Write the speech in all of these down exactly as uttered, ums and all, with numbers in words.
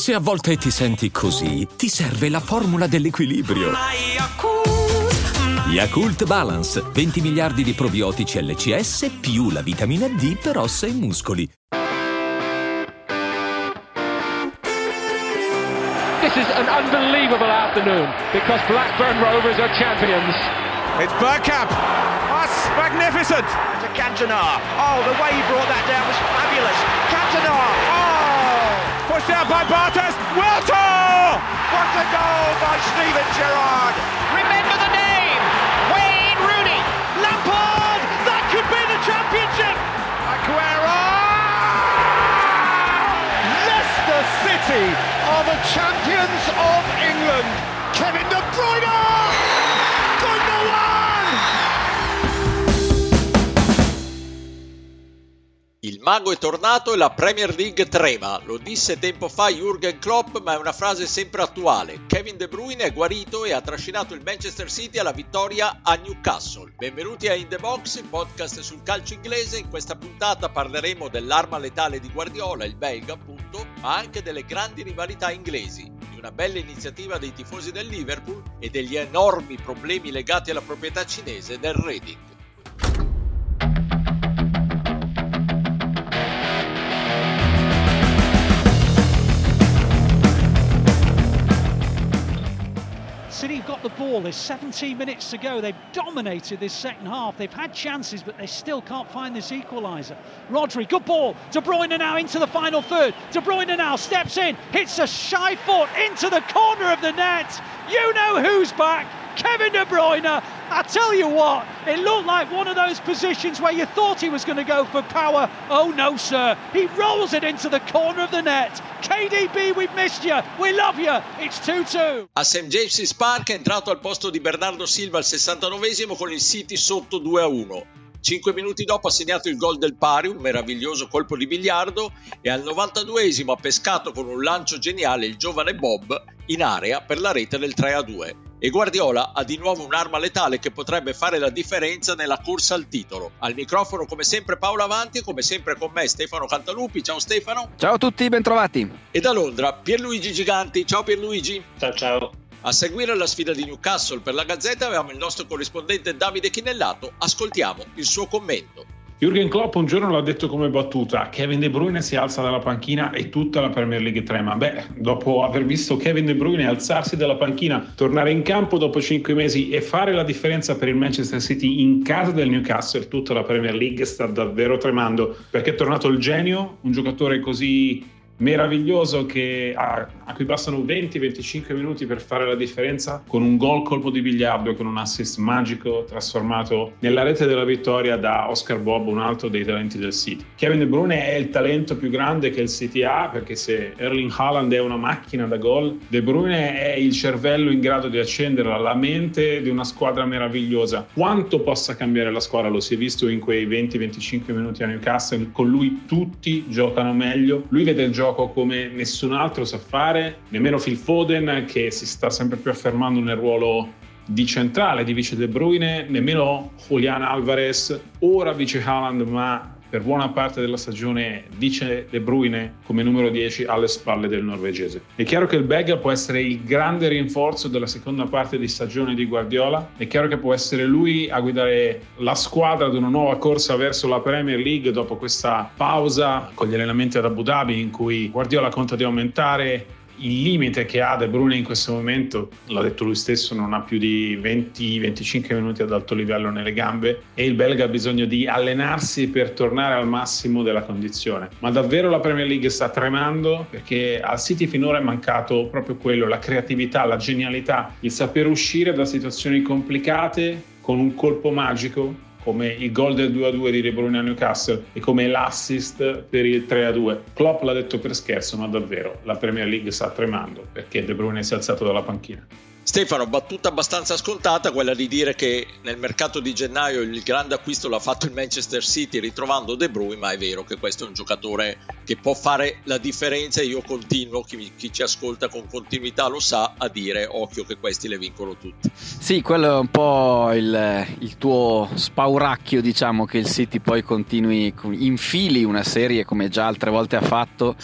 Se a volte ti senti così, ti serve la formula dell'equilibrio. Yakult Balance, venti miliardi di probiotici L C S più la vitamina D per ossa e muscoli. This is an unbelievable afternoon because Blackburn Rovers are champions. It's Bergkamp. That's magnificent. To Cantona. Oh, the way he brought that down was fabulous. Cantona. Oh! Pushed out by Bartes. Wiltor! What a goal by Steven Gerrard. Remember the name. Wayne Rooney. Lampard. That could be the championship. Aguero! Leicester City are the champions of England. Kevin De Bruyne. Good no one. Il mago è tornato e la Premier League trema. Lo disse tempo fa Jürgen Klopp, ma è una frase sempre attuale. Kevin De Bruyne è guarito e ha trascinato il Manchester City alla vittoria a Newcastle. Benvenuti a In The Box, il podcast sul calcio inglese. In questa puntata parleremo dell'arma letale di Guardiola, il belga appunto, ma anche delle grandi rivalità inglesi, di una bella iniziativa dei tifosi del Liverpool e degli enormi problemi legati alla proprietà cinese del Reading. City have got the ball, there's seventeen minutes to go, they've dominated this second half, they've had chances but they still can't find this equaliser. Rodri, good ball, De Bruyne now into the final third, De Bruyne now steps in, hits a shy foot into the corner of the net, you know who's back, Kevin De Bruyne. I tell you what, it looked like one of those positions where you thought he was going to go for power. Oh no sir, he rolls it into the corner of the net. K D B, we've missed you, we love you, it's two two. A Saint James's Park è entrato al posto di Bernardo Silva al sessantanovesimo con il City sotto due a uno. Cinque minuti dopo ha segnato il gol del pari, un meraviglioso colpo di biliardo, e al novantaduesimo ha pescato con un lancio geniale il giovane Bob in area per la rete del tre a due. E Guardiola ha di nuovo un'arma letale che potrebbe fare la differenza nella corsa al titolo. Al microfono come sempre Paolo Avanti e come sempre con me Stefano Cantalupi. Ciao Stefano. Ciao a tutti, bentrovati. E da Londra Pierluigi Giganti. Ciao Pierluigi. Ciao ciao. A seguire la sfida di Newcastle per la Gazzetta avevamo il nostro corrispondente Davide Chinellato. Ascoltiamo il suo commento. Jürgen Klopp un giorno l'ha detto come battuta: Kevin De Bruyne si alza dalla panchina e tutta la Premier League trema. Beh, dopo aver visto Kevin De Bruyne alzarsi dalla panchina, tornare in campo dopo cinque mesi e fare la differenza per il Manchester City in casa del Newcastle, tutta la Premier League sta davvero tremando, perché è tornato il genio, un giocatore così meraviglioso che a, a cui bastano venti venticinque minuti per fare la differenza, con un gol colpo di biliardo, con un assist magico trasformato nella rete della vittoria da Oscar Bob, un altro dei talenti del City. Kevin De Bruyne è il talento più grande che il City ha, perché se Erling Haaland è una macchina da gol, De Bruyne è il cervello in grado di accendere la mente di una squadra meravigliosa. Quanto possa cambiare la squadra lo si è visto in quei venti venticinque minuti a Newcastle. Con lui tutti giocano meglio, lui vede il gioco come nessun altro sa fare, nemmeno Phil Foden, che si sta sempre più affermando nel ruolo di centrale di vice De Bruyne, nemmeno Julian Alvarez, ora vice Haaland, ma per buona parte della stagione vice De Bruyne come numero dieci alle spalle del norvegese. È chiaro che il belga può essere il grande rinforzo della seconda parte di stagione di Guardiola, è chiaro che può essere lui a guidare la squadra ad una nuova corsa verso la Premier League dopo questa pausa con gli allenamenti ad Abu Dhabi, in cui Guardiola conta di aumentare il limite che ha De Bruyne in questo momento. L'ha detto lui stesso, non ha più di venti venticinque minuti ad alto livello nelle gambe e il belga ha bisogno di allenarsi per tornare al massimo della condizione. Ma davvero la Premier League sta tremando, perché al City finora è mancato proprio quello, la creatività, la genialità, il saper uscire da situazioni complicate con un colpo magico, come il gol del due a due di De Bruyne a Newcastle e come l'assist per il tre a due. Klopp l'ha detto per scherzo, ma davvero la Premier League sta tremando perché De Bruyne si è alzato dalla panchina. Stefano, battuta abbastanza scontata quella di dire che nel mercato di gennaio il grande acquisto l'ha fatto il Manchester City ritrovando De Bruyne, ma è vero che questo è un giocatore che può fare la differenza e io continuo, chi, chi ci ascolta con continuità lo sa, a dire occhio che questi le vincono tutti. Sì, quello è un po' il, il tuo spauracchio, diciamo, che il City poi continui, infili una serie come già altre volte ha fatto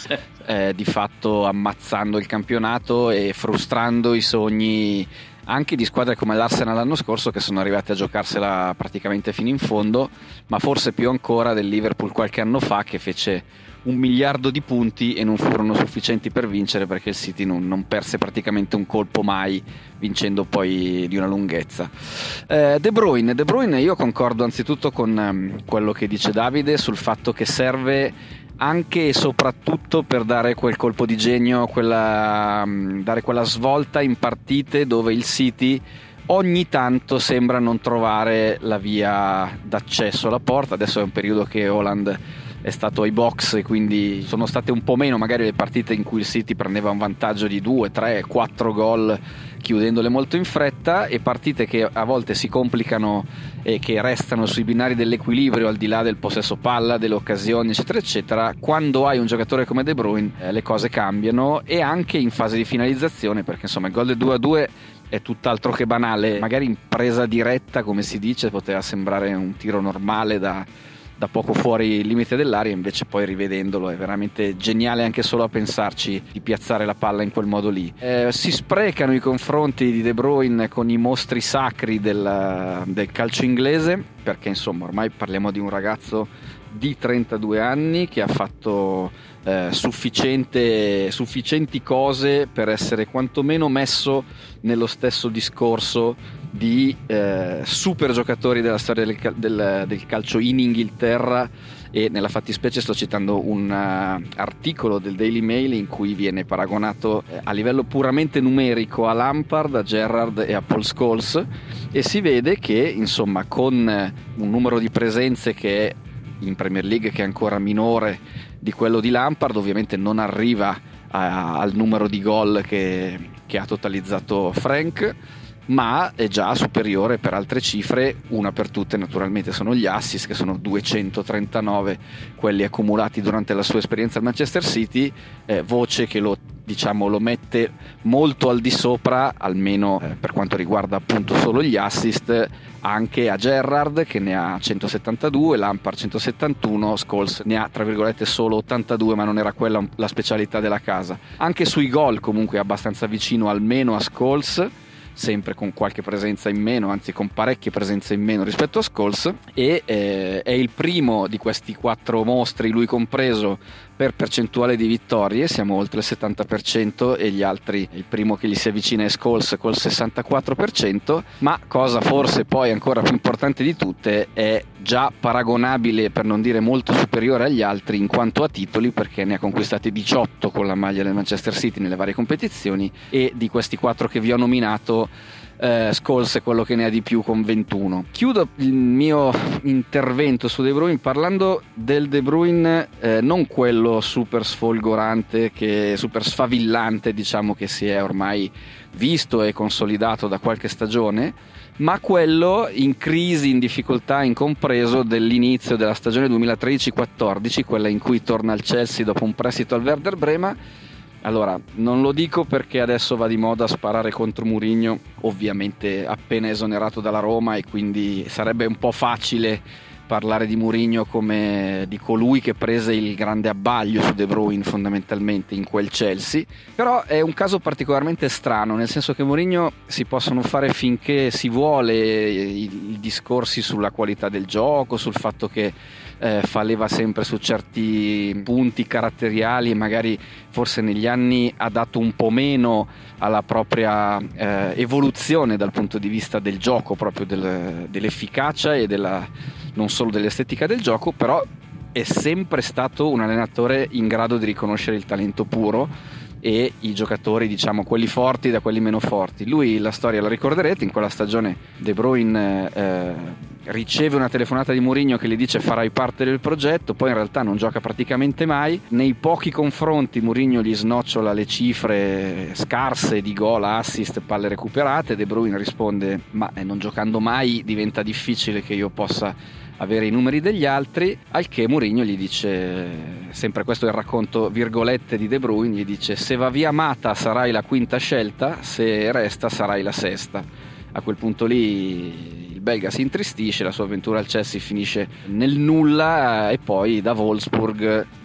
eh, di fatto ammazzando il campionato e frustrando i sogni anche di squadre come l'Arsenal l'anno scorso, che sono arrivate a giocarsela praticamente fino in fondo, ma forse più ancora del Liverpool qualche anno fa, che fece un miliardo di punti e non furono sufficienti per vincere, perché il City non, non perse praticamente un colpo mai, vincendo poi di una lunghezza. eh, De Bruyne, De Bruyne io concordo anzitutto con um, quello che dice Davide sul fatto che serve anche e soprattutto per dare quel colpo di genio, quella, dare quella svolta in partite dove il City ogni tanto sembra non trovare la via d'accesso alla porta. Adesso è un periodo che Haaland è stato ai box e quindi sono state un po' meno magari le partite in cui il City prendeva un vantaggio di due, tre, quattro gol chiudendole molto in fretta, e partite che a volte si complicano e che restano sui binari dell'equilibrio al di là del possesso palla, delle occasioni eccetera eccetera. Quando hai un giocatore come De Bruyne eh, le cose cambiano, e anche in fase di finalizzazione, perché insomma il gol del due a due è tutt'altro che banale. Magari in presa diretta, come si dice, poteva sembrare un tiro normale da da poco fuori il limite dell'area, invece poi rivedendolo è veramente geniale anche solo a pensarci di piazzare la palla in quel modo lì. Eh, si sprecano i confronti di De Bruyne con i mostri sacri del, del calcio inglese, perché insomma ormai parliamo di un ragazzo di trentadue anni che ha fatto eh, sufficiente, sufficienti cose per essere quantomeno messo nello stesso discorso di eh, super giocatori della storia del, del, del calcio in Inghilterra. E nella fattispecie sto citando un uh, articolo del Daily Mail in cui viene paragonato eh, a livello puramente numerico a Lampard, a Gerrard e a Paul Scholes, e si vede che insomma con eh, un numero di presenze che è in Premier League che è ancora minore di quello di Lampard, ovviamente non arriva a, al numero di gol che, che ha totalizzato Frank, ma è già superiore per altre cifre. Una per tutte naturalmente sono gli assist, che sono duecentotrentanove quelli accumulati durante la sua esperienza al Manchester City, eh, voce che lo diciamo lo mette molto al di sopra, almeno eh, per quanto riguarda appunto solo gli assist, anche a Gerrard che ne ha centosettantadue, Lampard centosettantuno, Scholes ne ha tra virgolette solo ottantadue, ma non era quella la specialità della casa. Anche sui gol comunque è abbastanza vicino almeno a Scholes, sempre con qualche presenza in meno, anzi con parecchie presenze in meno rispetto a Scholes, e eh, è il primo di questi quattro mostri, lui compreso, per percentuale di vittorie, siamo oltre il settanta per cento, e gli altri, il primo che gli si avvicina è Scholes col sessantaquattro per cento, ma cosa forse poi ancora più importante di tutte, è già paragonabile, per non dire molto superiore agli altri in quanto a titoli, perché ne ha conquistati diciotto con la maglia del Manchester City nelle varie competizioni, e di questi quattro che vi ho nominato eh, Scholes è quello che ne ha di più con ventuno. Chiudo il mio intervento su De Bruyne parlando del De Bruyne eh, non quello super sfolgorante, che super sfavillante diciamo che si è ormai visto e consolidato da qualche stagione, ma quello in crisi, in difficoltà, incompreso dell'inizio della stagione duemilatredici quattordici, quella in cui torna al Chelsea dopo un prestito al Werder Brema. Allora, non lo dico perché adesso va di moda sparare contro Mourinho, ovviamente appena esonerato dalla Roma, e quindi sarebbe un po' facile parlare di Mourinho come di colui che prese il grande abbaglio su De Bruyne fondamentalmente in quel Chelsea. Però è un caso particolarmente strano, nel senso che Mourinho si possono fare finché si vuole i, i discorsi sulla qualità del gioco, sul fatto che eh, fa leva sempre su certi punti caratteriali e magari forse negli anni ha dato un po' meno alla propria eh, evoluzione dal punto di vista del gioco, proprio del, dell'efficacia e della, non solo dell'estetica del gioco, però è sempre stato un allenatore in grado di riconoscere il talento puro e i giocatori, diciamo, quelli forti da quelli meno forti. Lui, la storia la ricorderete, in quella stagione De Bruyne eh, riceve una telefonata di Mourinho che gli dice farai parte del progetto, poi in realtà non gioca praticamente mai. Nei pochi confronti Mourinho gli snocciola le cifre scarse di gol, assist, palle recuperate. De Bruyne risponde ma eh, non giocando mai diventa difficile che io possa avere i numeri degli altri, al che Mourinho gli dice, sempre questo è il racconto virgolette di De Bruyne, gli dice se va via Mata sarai la quinta scelta, se resta sarai la sesta. A quel punto lì il belga si intristisce, la sua avventura al Chelsea finisce nel nulla e poi da Wolfsburg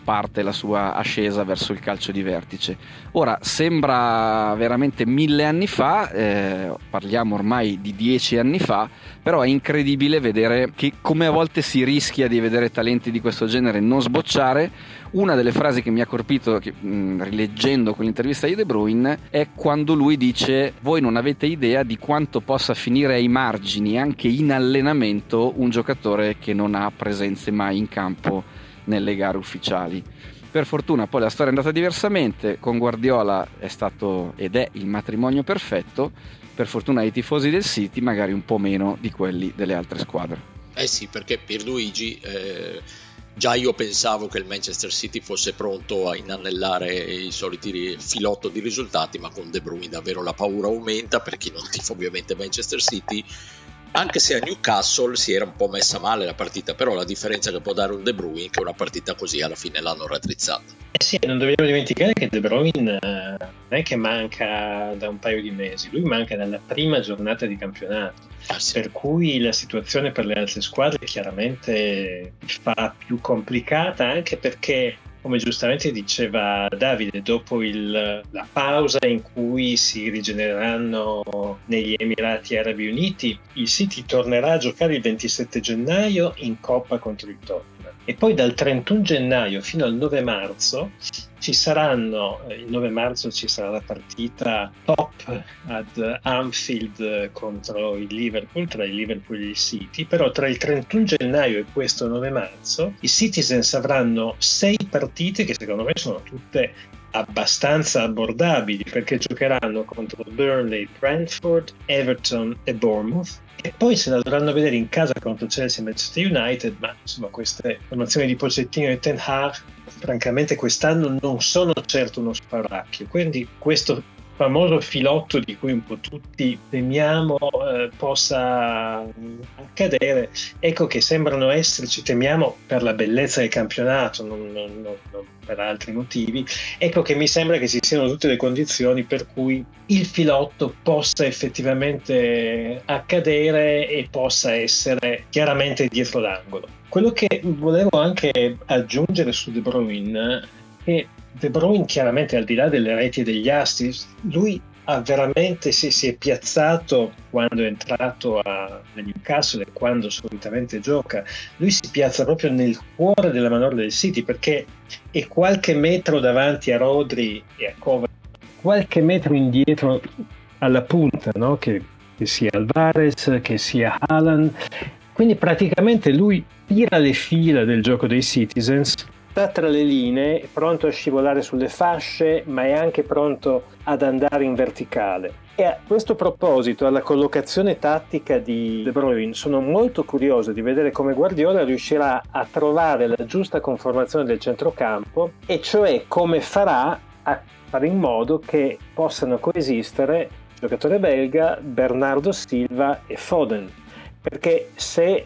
parte la sua ascesa verso il calcio di vertice. Ora sembra veramente mille anni fa, eh, parliamo ormai di dieci anni fa, però è incredibile vedere che come a volte si rischia di vedere talenti di questo genere non sbocciare. Una delle frasi che mi ha colpito che, mh, rileggendo quell'intervista di De Bruyne è quando lui dice: voi non avete idea di quanto possa finire ai margini anche in allenamento un giocatore che non ha presenze mai in campo nelle gare ufficiali. Per fortuna poi la storia è andata diversamente, con Guardiola è stato ed è il matrimonio perfetto, per fortuna ai tifosi del City, magari un po' meno di quelli delle altre squadre. Eh sì, perché Pierluigi eh... già io pensavo che il Manchester City fosse pronto a inanellare i soliti filotto di risultati, ma con De Bruyne davvero la paura aumenta per chi non tifa ovviamente Manchester City, anche se a Newcastle si era un po' messa male la partita, però la differenza che può dare un De Bruyne che una partita così alla fine l'hanno raddrizzata. Eh sì, non dobbiamo dimenticare che De Bruyne eh, non è che manca da un paio di mesi, lui manca dalla prima giornata di campionato. Ah, sì. Per cui la situazione per le altre squadre chiaramente fa più complicata, anche perché, come giustamente diceva Davide, dopo il, la pausa in cui si rigenereranno negli Emirati Arabi Uniti, il City tornerà a giocare il ventisette gennaio in Coppa contro il Tottenham. E poi dal trentuno gennaio fino al nove marzo ci saranno, il nove marzo ci sarà la partita top ad Anfield contro il Liverpool, tra il Liverpool e il City, però tra il trentuno gennaio e questo nove marzo i Citizens avranno sei partite che secondo me sono tutte abbastanza abbordabili, perché giocheranno contro Burnley, Brentford, Everton e Bournemouth, e poi se la dovranno vedere in casa contro Chelsea e Manchester United, ma insomma queste formazioni di Pochettino e Ten Hag francamente quest'anno non sono certo uno spauracchio, quindi questo famoso filotto di cui un po' tutti temiamo eh, possa accadere, ecco che sembrano esserci, temiamo per la bellezza del campionato, non, non, non, non per altri motivi, ecco che mi sembra che ci siano tutte le condizioni per cui il filotto possa effettivamente accadere e possa essere chiaramente dietro l'angolo. Quello che volevo anche aggiungere su De Bruyne è che De Bruyne chiaramente, al di là delle reti e degli assist, lui ha veramente si, si è piazzato quando è entrato a Newcastle e quando solitamente gioca, lui si piazza proprio nel cuore della manovra del City, perché è qualche metro davanti a Rodri e a Kovacic, qualche metro indietro alla punta, no? che, che sia Alvarez, che sia Haaland, quindi praticamente lui tira le fila del gioco dei Citizens, sta tra le linee, è pronto a scivolare sulle fasce, ma è anche pronto ad andare in verticale. E a questo proposito, alla collocazione tattica di De Bruyne, sono molto curioso di vedere come Guardiola riuscirà a trovare la giusta conformazione del centrocampo, e cioè come farà a fare in modo che possano coesistere il giocatore belga, Bernardo Silva e Foden. Perché se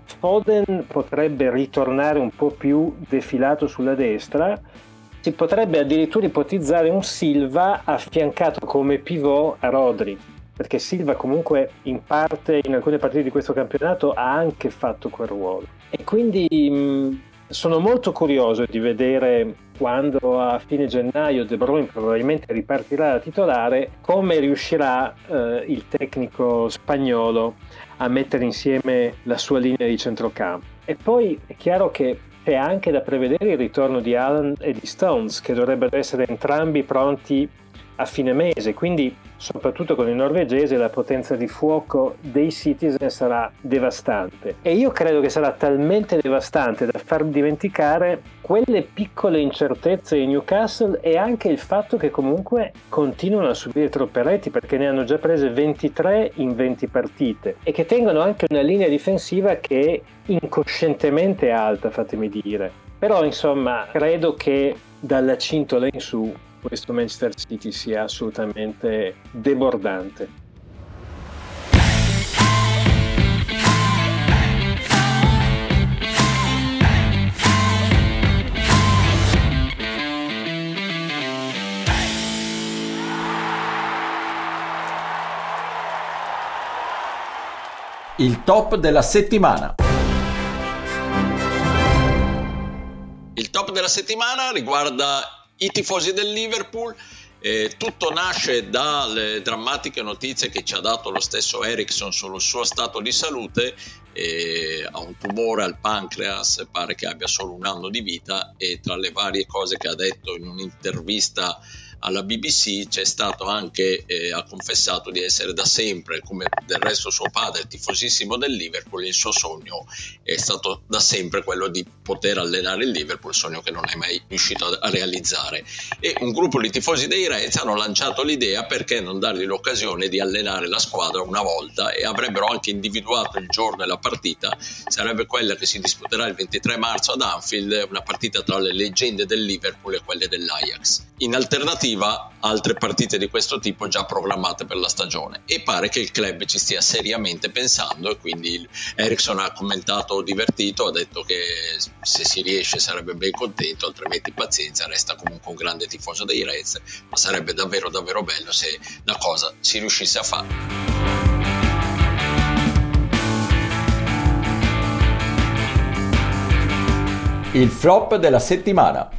Foden potrebbe ritornare un po' più defilato sulla destra, si potrebbe addirittura ipotizzare un Silva affiancato come pivot a Rodri, perché Silva comunque in parte, in alcune partite di questo campionato, ha anche fatto quel ruolo. E quindi mh, sono molto curioso di vedere, quando a fine gennaio De Bruyne probabilmente ripartirà da titolare, come riuscirà eh, il tecnico spagnolo a mettere insieme la sua linea di centrocampo. E poi è chiaro che c'è anche da prevedere il ritorno di Haaland e di Stones, che dovrebbero essere entrambi pronti a fine mese, quindi soprattutto con il norvegese la potenza di fuoco dei Citizen sarà devastante, e io credo che sarà talmente devastante da far dimenticare quelle piccole incertezze in Newcastle, e anche il fatto che comunque continuano a subire troppe reti, perché ne hanno già prese ventitré in venti partite, e che tengono anche una linea difensiva che è incoscientemente alta, fatemi dire. Però insomma credo che dalla cintola in su questo Manchester City sia assolutamente debordante. Il top della settimana. Il top flop della settimana riguarda i tifosi del Liverpool. Eh, tutto nasce dalle drammatiche notizie che ci ha dato lo stesso Eriksen sul suo stato di salute. Eh, ha un tumore al pancreas, pare che abbia solo un anno di vita, e tra le varie cose che ha detto in un'intervista alla B B C c'è stato anche, eh, ha confessato di essere da sempre, come del resto suo padre, tifosissimo del Liverpool. Il suo sogno è stato da sempre quello di poter allenare il Liverpool, sogno che non è mai riuscito a, a realizzare, e un gruppo di tifosi dei Reds hanno lanciato l'idea: perché non dargli l'occasione di allenare la squadra una volta, e avrebbero anche individuato il giorno e la partita. Sarebbe quella che si disputerà il ventitré marzo ad Anfield, una partita tra le leggende del Liverpool e quelle dell'Ajax. In alternativa altre partite di questo tipo già programmate per la stagione, e pare che il club ci stia seriamente pensando, e quindi Eriksen ha commentato divertito, ha detto che se si riesce sarebbe ben contento, altrimenti pazienza, resta comunque un grande tifoso dei Reds, ma sarebbe davvero davvero bello se la cosa si riuscisse a fare. Il flop della settimana.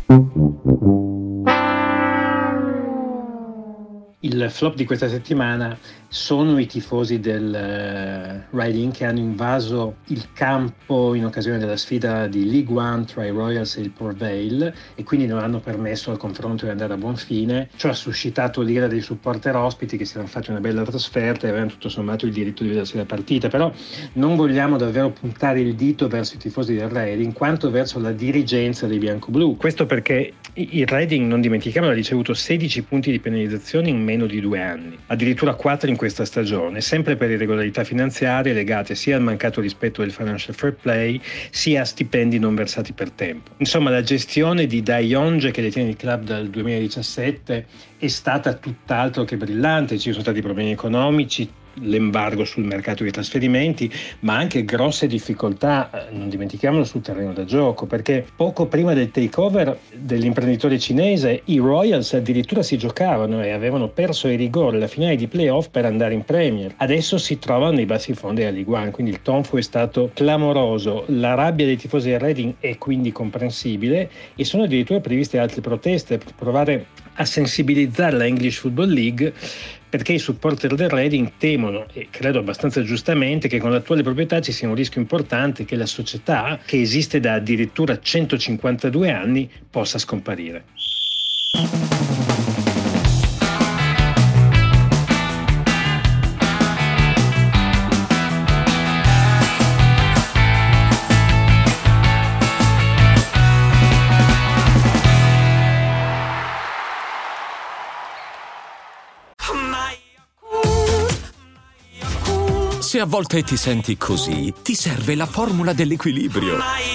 Il flop di questa settimana sono i tifosi del uh, Reading che hanno invaso il campo in occasione della sfida di League One tra i Royals e il Port Vale, e quindi non hanno permesso al confronto di andare a buon fine. Ciò ha suscitato l'ira dei supporter ospiti, che si erano fatti una bella trasferta e avevano tutto sommato il diritto di vedersi la partita. Però non vogliamo davvero puntare il dito verso i tifosi del Reading quanto verso la dirigenza dei biancoblù. Questo perché il Reading, non dimentichiamolo, ha ricevuto sedici punti di penalizzazione in meno di due anni, addirittura quattro in questa stagione, sempre per irregolarità finanziarie legate sia al mancato rispetto del financial fair play sia a stipendi non versati per tempo. Insomma, la gestione di Dayonge, che detiene il club dal duemiladiciassette, è stata tutt'altro che brillante. Ci sono stati problemi economici, l'embargo sul mercato dei trasferimenti, ma anche grosse difficoltà, non dimentichiamolo, sul terreno da gioco, perché poco prima del takeover dell'imprenditore cinese i Royals addirittura si giocavano e avevano perso ai rigori la finale di playoff per andare in Premier. Adesso si trovano nei bassi fondi della Ligue uno, quindi il tonfo è stato clamoroso. La rabbia dei tifosi del Reading è quindi comprensibile, e sono addirittura previste altre proteste per provare a sensibilizzare la English Football League, perché i supporter del Reading temono, e credo abbastanza giustamente, che con l'attuale proprietà ci sia un rischio importante che la società, che esiste da addirittura centocinquantadue anni, possa scomparire. Se a volte ti senti così, ti serve la formula dell'equilibrio.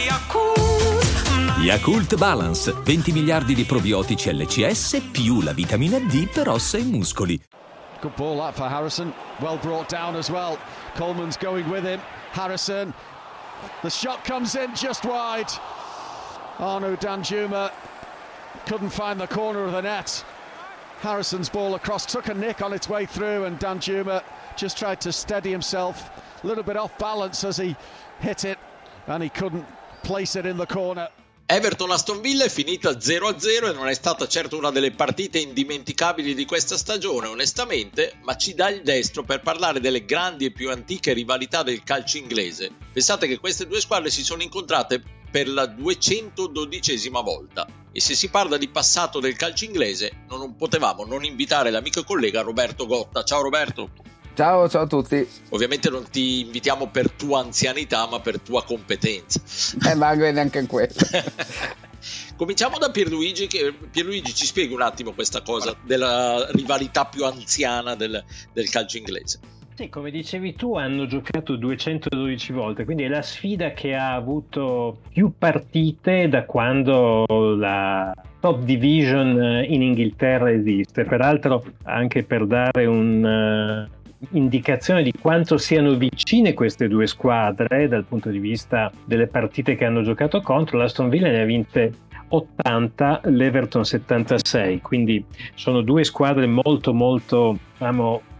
Yakult Balance, venti miliardi di probiotici L C S più la vitamina D per ossa e muscoli. Good ball out for Harrison, well brought down as well. Coleman's going with him. Harrison, the shot comes in just wide. Arnaud Danjuma couldn't find the corner of the net. Harrison's ball across took a nick on its way through, and Danjuma just tried to steady himself, a little bit off balance as he hit it, and he couldn't place it in the corner. Everton-Aston Villa è finita zero a zero e non è stata certo una delle partite indimenticabili di questa stagione, onestamente, ma ci dà il destro per parlare delle grandi e più antiche rivalità del calcio inglese. Pensate che queste due squadre si sono incontrate per la duecentododicesima volta, e se si parla di passato del calcio inglese non potevamo non invitare l'amico e collega Roberto Gotta. Ciao Roberto. Ciao, ciao a tutti. Ovviamente non ti invitiamo per tua anzianità, ma per tua competenza. Eh, ma neanche in quello. Cominciamo da Pierluigi, che Pierluigi ci spieghi un attimo questa cosa della rivalità più anziana del, del calcio inglese. Sì, come dicevi tu, hanno giocato duecentododici volte, quindi è la sfida che ha avuto più partite da quando la top division in Inghilterra esiste. Peraltro, anche per dare un indicazione di quanto siano vicine queste due squadre dal punto di vista delle partite che hanno giocato contro, l'Aston Villa ne ha vinte ottanta, l'Everton settantasei, quindi sono due squadre molto molto diciamo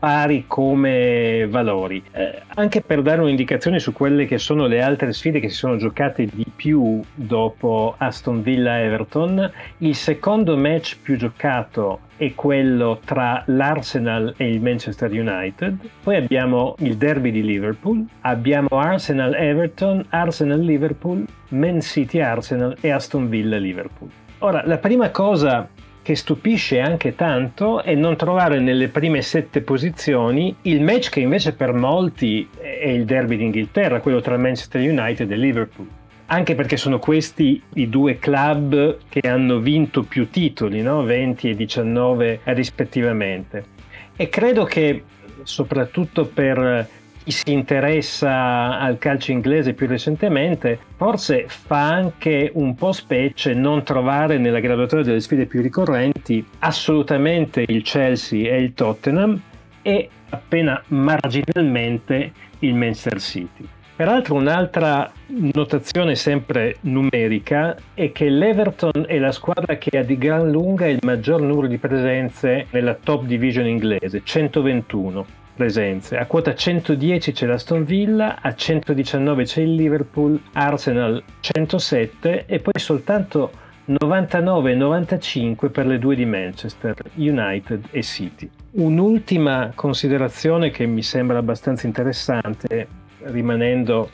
pari come valori. Eh, anche per dare un'indicazione su quelle che sono le altre sfide che si sono giocate di più dopo Aston Villa-Everton, il secondo match più giocato è quello tra l'Arsenal e il Manchester United. Poi abbiamo il derby di Liverpool, abbiamo Arsenal-Everton, Arsenal-Liverpool, Man City-Arsenal e Aston Villa-Liverpool. Ora, la prima cosa che stupisce anche tanto è non trovare nelle prime sette posizioni il match che invece per molti è il derby d'Inghilterra, quello tra Manchester United e Liverpool. Anche perché sono questi i due club che hanno vinto più titoli, no? venti e diciannove rispettivamente. E credo che soprattutto per chi si interessa al calcio inglese più recentemente, forse fa anche un po' specie non trovare nella graduatoria delle sfide più ricorrenti assolutamente il Chelsea e il Tottenham e appena marginalmente il Manchester City. Peraltro un'altra notazione sempre numerica è che l'Everton è la squadra che ha di gran lunga il maggior numero di presenze nella top division inglese, centoventuno presenze. A quota centodieci c'è l'Aston Villa, a centodiciannove c'è il Liverpool, Arsenal centosette e poi soltanto novantanove e novantacinque per le due di Manchester, United e City. Un'ultima considerazione che mi sembra abbastanza interessante, rimanendo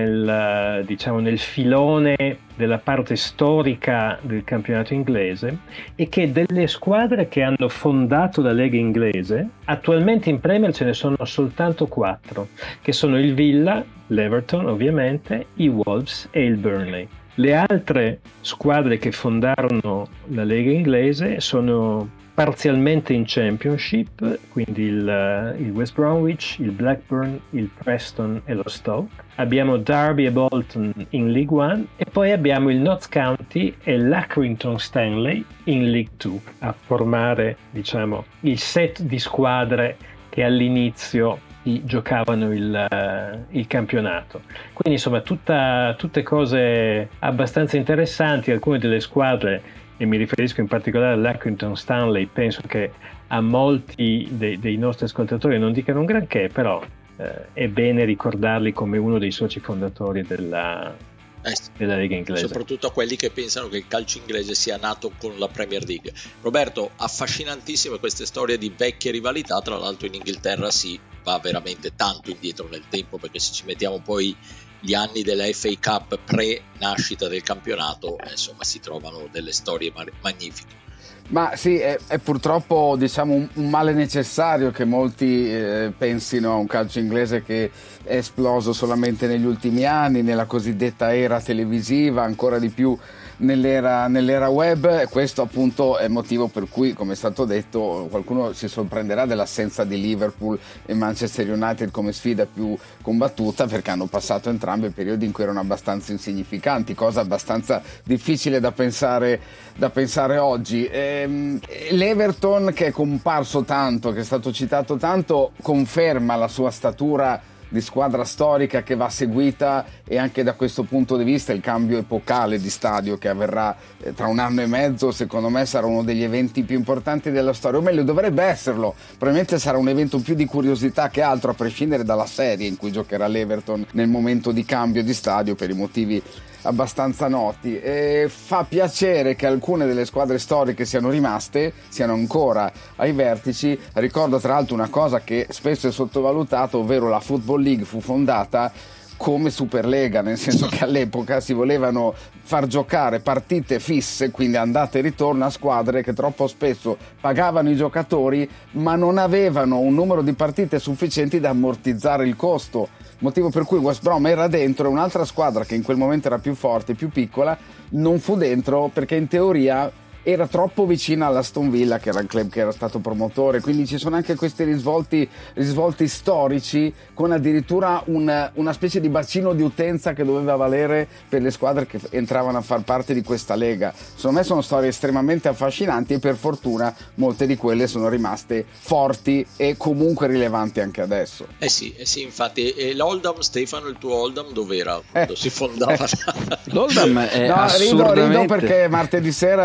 nel, diciamo, nel filone della parte storica del campionato inglese, è che delle squadre che hanno fondato la Lega inglese attualmente in Premier ce ne sono soltanto quattro, che sono il Villa, l'Everton ovviamente, i Wolves e il Burnley. Le altre squadre che fondarono la Lega inglese sono parzialmente in Championship, quindi il, il West Bromwich, il Blackburn, il Preston e lo Stoke. Abbiamo Derby e Bolton in League One e poi abbiamo il Notts County e l'Accrington Stanley in League Two a formare, diciamo, il set di squadre che all'inizio giocavano il, uh, il campionato. Quindi insomma tutta, tutte cose abbastanza interessanti. Alcune delle squadre, e mi riferisco in particolare all'Accrington Stanley, penso che a molti dei, dei nostri ascoltatori non dicano un granché, però eh, è bene ricordarli come uno dei soci fondatori della, eh, della Lega inglese. Soprattutto a quelli che pensano che il calcio inglese sia nato con la Premier League. Roberto, affascinantissime queste storie di vecchie rivalità, tra l'altro in Inghilterra si va veramente tanto indietro nel tempo, perché se ci mettiamo poi gli anni della F A Cup pre-nascita del campionato, eh, insomma si trovano delle storie mar- magnifiche. Ma sì, è, è purtroppo diciamo un, un male necessario che molti eh, pensino a un calcio inglese che è esploso solamente negli ultimi anni, nella cosiddetta era televisiva, ancora di più nell'era, nell'era web, e questo appunto è il motivo per cui, come è stato detto, qualcuno si sorprenderà dell'assenza di Liverpool e Manchester United come sfida più combattuta, perché hanno passato entrambi periodi in cui erano abbastanza insignificanti, cosa abbastanza difficile da pensare, da pensare oggi. Ehm, l'Everton, che è comparso tanto, che è stato citato tanto, conferma la sua statura di squadra storica che va seguita, e anche da questo punto di vista il cambio epocale di stadio che avverrà eh, tra un anno e mezzo, secondo me sarà uno degli eventi più importanti della storia, o meglio dovrebbe esserlo. Probabilmente sarà un evento più di curiosità che altro, a prescindere dalla serie in cui giocherà l'Everton nel momento di cambio di stadio, per i motivi abbastanza noti. E fa piacere che alcune delle squadre storiche siano rimaste, siano ancora ai vertici. Ricordo tra l'altro una cosa che spesso è sottovalutata, ovvero la Football League fu fondata come Superlega, nel senso che all'epoca si volevano far giocare partite fisse, quindi andate e ritorno, a squadre che troppo spesso pagavano i giocatori ma non avevano un numero di partite sufficienti da ammortizzare il costo, motivo per cui West Brom era dentro e un'altra squadra che in quel momento era più forte, più piccola, non fu dentro perché in teoria era troppo vicina all'Aston Villa, che era il club che era stato promotore. Quindi ci sono anche questi risvolti, risvolti storici, con addirittura un, una specie di bacino di utenza che doveva valere per le squadre che entravano a far parte di questa lega. Secondo me sono storie estremamente affascinanti, e per fortuna molte di quelle sono rimaste forti e comunque rilevanti anche adesso. Eh sì, eh sì, infatti. E l'Oldham, Stefano, il tuo Oldham dov'era quando eh. si fondava? L'Oldham è no, assolutamente... rido, rido perché martedì sera io ero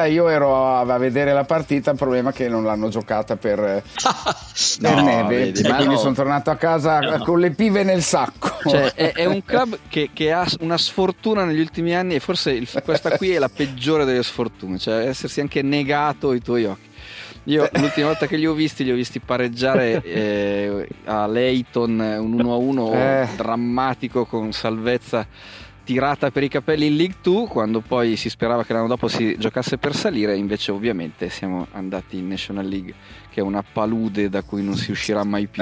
andò a, a vedere la partita, il problema è che non l'hanno giocata per, per no, neve, vedi, e quindi no. sono tornato a casa no. con le pive nel sacco. Cioè, è, è un club che, che ha una sfortuna negli ultimi anni, e forse il, questa qui è la peggiore delle sfortune, cioè essersi anche negato i tuoi occhi. Io l'ultima volta che li ho visti li ho visti pareggiare eh, a Leyton un uno a uno eh. drammatico, con salvezza tirata per i capelli in League due, quando poi si sperava che l'anno dopo si giocasse per salire. Invece ovviamente siamo andati in National League, che è una palude da cui non si uscirà mai più.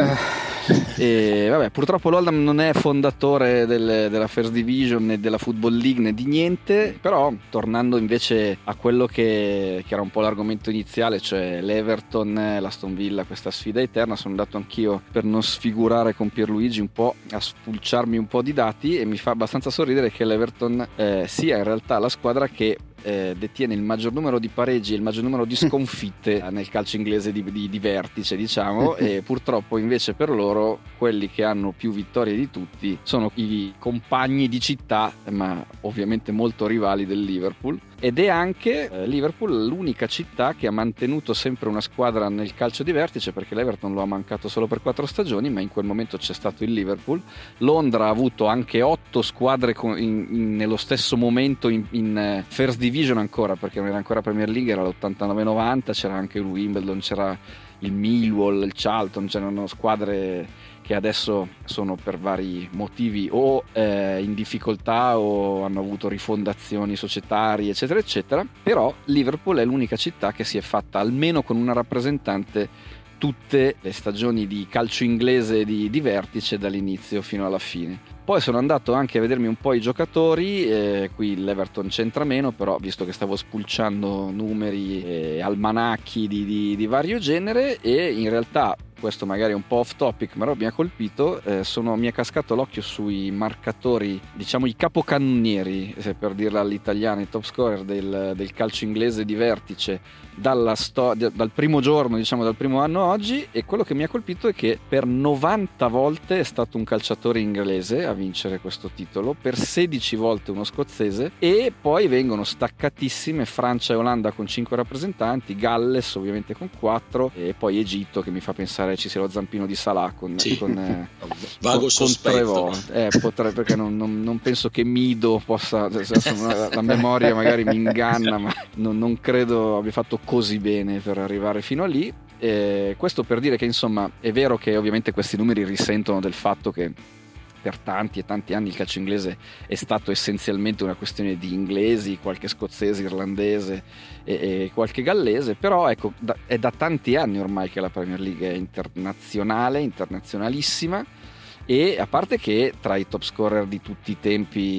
E vabbè, purtroppo l'Oldham non è fondatore del, della First Division né della Football League né di niente, però tornando invece a quello che, che era un po' l'argomento iniziale, cioè l'Everton, l'Aston Villa, questa sfida eterna, sono andato anch'io, per non sfigurare con Pierluigi, un po' a spulciarmi un po' di dati, e mi fa abbastanza sorridere che l'Everton eh, sia in realtà la squadra che Eh, detiene il maggior numero di pareggi e il maggior numero di sconfitte nel calcio inglese di, di, di vertice, diciamo, e purtroppo invece per loro quelli che hanno più vittorie di tutti sono i compagni di città, ma ovviamente molto rivali del Liverpool. Ed è anche eh, Liverpool l'unica città che ha mantenuto sempre una squadra nel calcio di vertice, perché l'Everton lo ha mancato solo per quattro stagioni, ma in quel momento c'è stato il Liverpool. Londra ha avuto anche otto squadre con, in, in, nello stesso momento in, in uh, First Division ancora, perché non era ancora Premier League, era l'ottantanove novanta, c'era anche il Wimbledon, c'era il Millwall, il Charlton, c'erano squadre che adesso sono per vari motivi o eh, in difficoltà o hanno avuto rifondazioni societarie, eccetera eccetera. Però Liverpool è l'unica città che si è fatta almeno con una rappresentante tutte le stagioni di calcio inglese di, di vertice, dall'inizio fino alla fine. Poi sono andato anche a vedermi un po' i giocatori, eh, qui l'Everton c'entra meno, però visto che stavo spulciando numeri e almanacchi di, di, di vario genere, e in realtà questo magari è un po' off topic, ma mi ha colpito, eh, sono, mi è cascato l'occhio sui marcatori, diciamo i capocannonieri, se per dirla all'italiana, i top scorer del, del calcio inglese di vertice dalla sto- dal primo giorno, diciamo dal primo anno a oggi, e quello che mi ha colpito è che per novanta volte è stato un calciatore inglese a vincere questo titolo, per sedici volte uno scozzese, e poi vengono staccatissime Francia e Olanda con cinque rappresentanti, Galles ovviamente con quattro, e poi Egitto, che mi fa pensare ci sia lo zampino di Salah con, sì. con, eh, vago con, sospetto, con eh, potrei, perché non, non, non penso che Mido possa, la, la memoria magari mi inganna, ma non, non credo abbia fatto così bene per arrivare fino a lì. Eh, questo per dire che insomma è vero che ovviamente questi numeri risentono del fatto che per tanti e tanti anni il calcio inglese è stato essenzialmente una questione di inglesi, qualche scozzese, irlandese e, e qualche gallese, però ecco, da, è da tanti anni ormai che la Premier League è internazionale, internazionalissima, e a parte che tra i top scorer di tutti i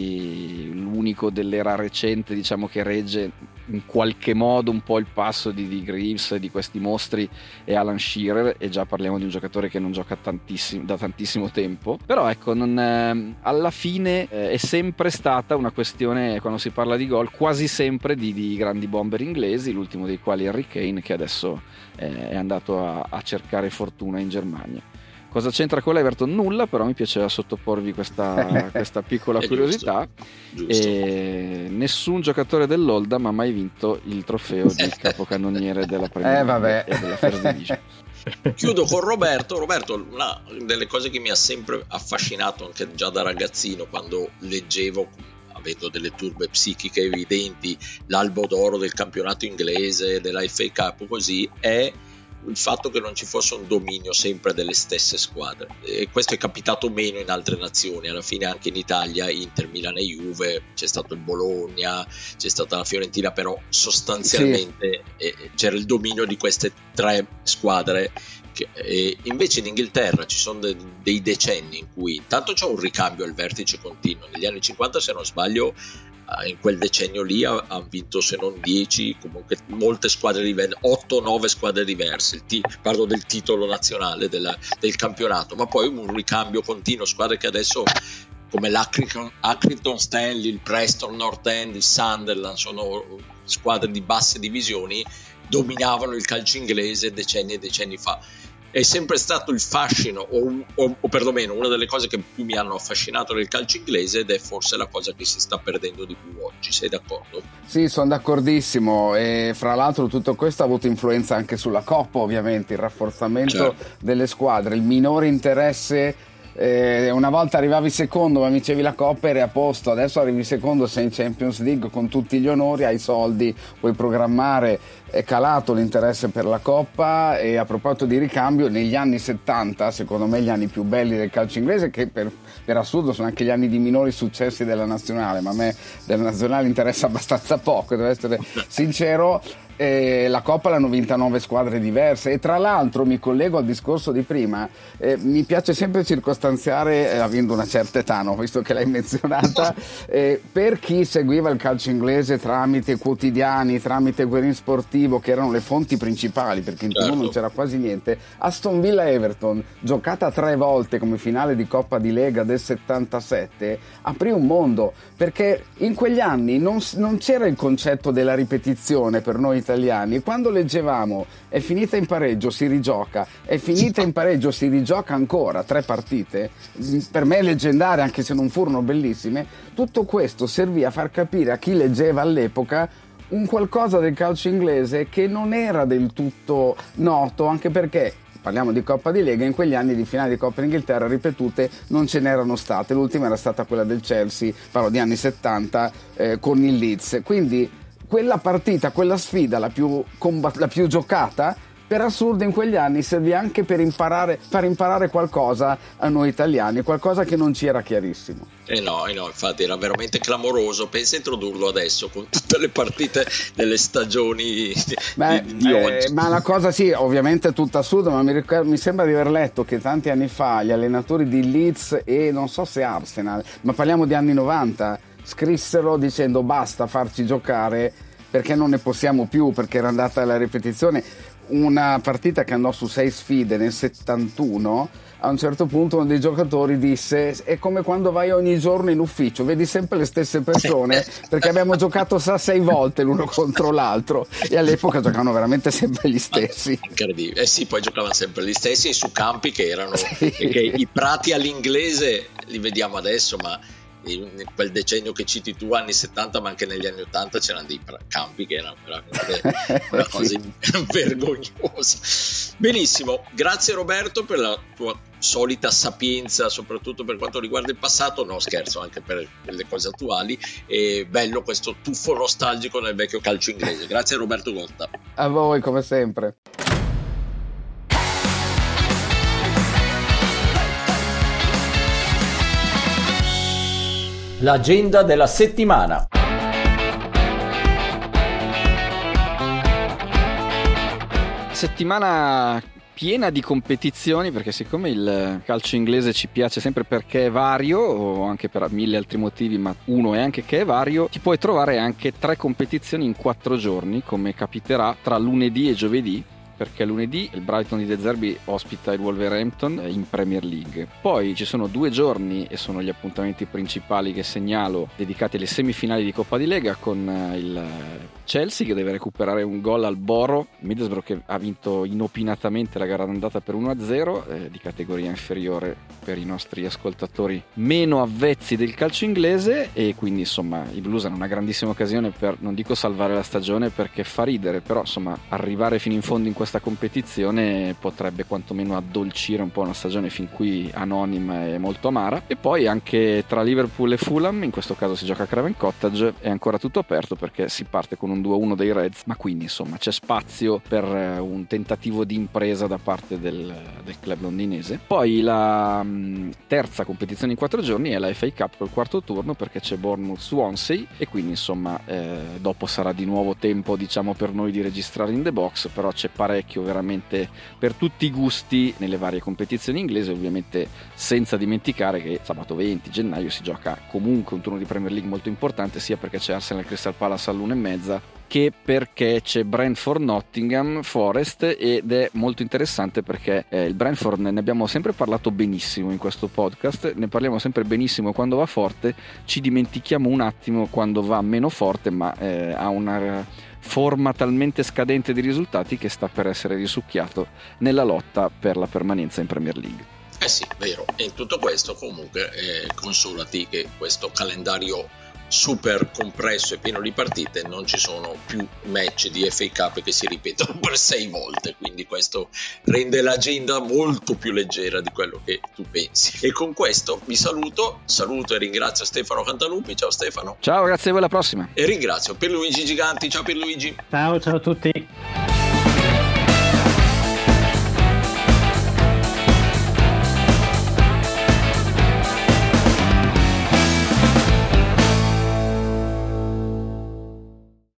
tempi l'unico dell'era recente, diciamo, che regge in qualche modo un po' il passo di, di Greaves e di questi mostri è Alan Shearer, e già parliamo di un giocatore che non gioca tantissimo, da tantissimo tempo. Però ecco, non, eh, alla fine eh, è sempre stata una questione, quando si parla di gol, quasi sempre di, di grandi bomber inglesi, l'ultimo dei quali Harry Kane, che adesso eh, è andato a, a cercare fortuna in Germania. Cosa c'entra con l'Everton? Nulla, però mi piaceva sottoporvi questa, questa piccola curiosità. Giusto, giusto. E nessun giocatore dell'Oldham ha mai vinto il trofeo di capocannoniere della Premier League eh, e della First Division. Chiudo con Roberto. Roberto, una delle cose che mi ha sempre affascinato anche già da ragazzino, quando leggevo, avendo delle turbe psichiche evidenti, l'albo d'oro del campionato inglese, della F A Cup, così, è il fatto che non ci fosse un dominio sempre delle stesse squadre, e questo è capitato meno in altre nazioni. Alla fine anche in Italia, Inter, Milan e Juve, c'è stato il Bologna, c'è stata la Fiorentina, però sostanzialmente sì. eh, c'era il dominio di queste tre squadre. Che, eh, invece in Inghilterra ci sono de- dei decenni in cui tanto c'è un ricambio al vertice continuo. Negli anni cinquanta, se non sbaglio, in quel decennio lì hanno vinto, se non dieci, comunque molte squadre diverse, otto nove squadre diverse. Il t- parlo del titolo nazionale della, del campionato, ma poi un ricambio continuo, squadre che adesso, come l'Accrington Stanley, il Preston North End, il Sunderland, sono squadre di basse divisioni, dominavano il calcio inglese decenni e decenni fa. è sempre stato il fascino o, o, o perlomeno una delle cose che più mi hanno affascinato nel calcio inglese, ed è forse la cosa che si sta perdendo di più oggi. Sei d'accordo? Sì, sono d'accordissimo, e fra l'altro tutto questo ha avuto influenza anche sulla Coppa, ovviamente, il rafforzamento certo. delle squadre, il minore interesse. Eh, una volta arrivavi secondo ma vincevi la Coppa, eri a posto. Adesso arrivi secondo, sei in Champions League con tutti gli onori, hai soldi, puoi programmare. È calato l'interesse per la Coppa. E a proposito di ricambio, negli anni settanta, secondo me gli anni più belli del calcio inglese, che per, per assurdo sono anche gli anni di minori successi della nazionale, ma a me della nazionale interessa abbastanza poco, devo essere sincero. Eh, la Coppa l'hanno vinta nove squadre diverse, e tra l'altro mi collego al discorso di prima, eh, mi piace sempre circostanziare, eh, avendo una certa età, no? Visto che l'hai menzionata, eh, per chi seguiva il calcio inglese tramite quotidiani, tramite Guerin Sportivo, che erano le fonti principali, perché in certo. tivù non c'era quasi niente. Aston Villa Everton, giocata tre volte come finale di Coppa di Lega del settantasette, aprì un mondo, perché in quegli anni non, non c'era il concetto della ripetizione per noi italiani. Quando leggevamo è finita in pareggio, si rigioca, è finita in pareggio, si rigioca ancora, tre partite, per me leggendarie anche se non furono bellissime, tutto questo servì a far capire a chi leggeva all'epoca un qualcosa del calcio inglese che non era del tutto noto, anche perché parliamo di Coppa di Lega, in quegli anni di finali di Coppa Inghilterra ripetute non ce n'erano state, l'ultima era stata quella del Chelsea, parlo di anni settanta, eh, con il Leeds. Quindi quella partita, quella sfida la più, combat- la più giocata, per assurdo in quegli anni servì anche per imparare, far imparare qualcosa a noi italiani, qualcosa che non ci era chiarissimo. Eh no, eh no, infatti era veramente clamoroso. Pensa a introdurlo adesso con tutte le partite delle stagioni Beh, di, di eh, oggi. Ma la cosa sì, ovviamente è tutta assurda, ma mi, ricordo, mi sembra di aver letto che tanti anni fa gli allenatori di Leeds e non so se Arsenal, ma parliamo di anni novanta, scrissero dicendo basta farci giocare perché non ne possiamo più, perché era andata alla ripetizione. Una partita che andò su sei sfide nel settantuno, a un certo punto uno dei giocatori disse è come quando vai ogni giorno in ufficio, vedi sempre le stesse persone perché abbiamo giocato sa sei volte l'uno contro l'altro, e all'epoca giocavano veramente sempre gli stessi. Incredibile. Eh sì, poi giocavano sempre gli stessi su campi che erano sì. Che i prati all'inglese li vediamo adesso, ma in quel decennio che citi tu, anni settanta, ma anche negli anni ottanta c'erano dei campi che erano veramente una cosa sì. vergognosa. Benissimo, grazie Roberto per la tua solita sapienza, soprattutto per quanto riguarda il passato, no scherzo, anche per le cose attuali. E bello questo tuffo nostalgico nel vecchio calcio inglese. Grazie Roberto Gotta. A voi come sempre. L'agenda della settimana. Settimana piena di competizioni, perché siccome il calcio inglese ci piace sempre perché è vario, o anche per mille altri motivi, ma uno è anche che è vario, ti puoi trovare anche tre competizioni in quattro giorni, come capiterà tra lunedì e giovedì, perché lunedì il Brighton di De Zerbi ospita il Wolverhampton in Premier League. Poi ci sono due giorni, e sono gli appuntamenti principali che segnalo, dedicati alle semifinali di Coppa di Lega, con il Chelsea che deve recuperare un gol al Boro, Middlesbrough che ha vinto inopinatamente la gara d'andata per uno a zero, eh, di categoria inferiore per i nostri ascoltatori meno avvezzi del calcio inglese, e quindi insomma i Blues hanno una grandissima occasione per, non dico salvare la stagione perché fa ridere, però insomma arrivare fino in fondo in questa competizione potrebbe quantomeno addolcire un po' una stagione fin qui anonima e molto amara. E poi anche tra Liverpool e Fulham, in questo caso si gioca a Craven Cottage, è ancora tutto aperto perché si parte con un due a uno dei Reds, ma quindi insomma c'è spazio per un tentativo di impresa da parte del, del club londinese. Poi la mh, terza competizione in quattro giorni è la F A Cup col quarto turno, perché c'è Bournemouth Swansea, e quindi insomma eh, dopo sarà di nuovo tempo, diciamo, per noi di registrare in the box, però c'è parecchio veramente per tutti i gusti nelle varie competizioni inglesi, ovviamente senza dimenticare che sabato venti gennaio si gioca comunque un turno di Premier League molto importante, sia perché c'è Arsenal Crystal Palace all'una e mezza che perché c'è Brentford Nottingham Forest, ed è molto interessante perché eh, il Brentford ne abbiamo sempre parlato benissimo in questo podcast, ne parliamo sempre benissimo quando va forte, ci dimentichiamo un attimo quando va meno forte, ma eh, ha una forma talmente scadente di risultati che sta per essere risucchiato nella lotta per la permanenza in Premier League. Eh sì, vero, e in tutto questo comunque eh, consolati che questo calendario super compresso e pieno di partite non ci sono più match di F A Cup che si ripetono per sei volte, quindi questo rende l'agenda molto più leggera di quello che tu pensi. E con questo vi saluto, saluto e ringrazio Stefano Cantalupi. Ciao Stefano. Ciao, grazie a voi, alla prossima. E ringrazio Pierluigi Giganti. Ciao Pierluigi. Ciao, ciao a tutti.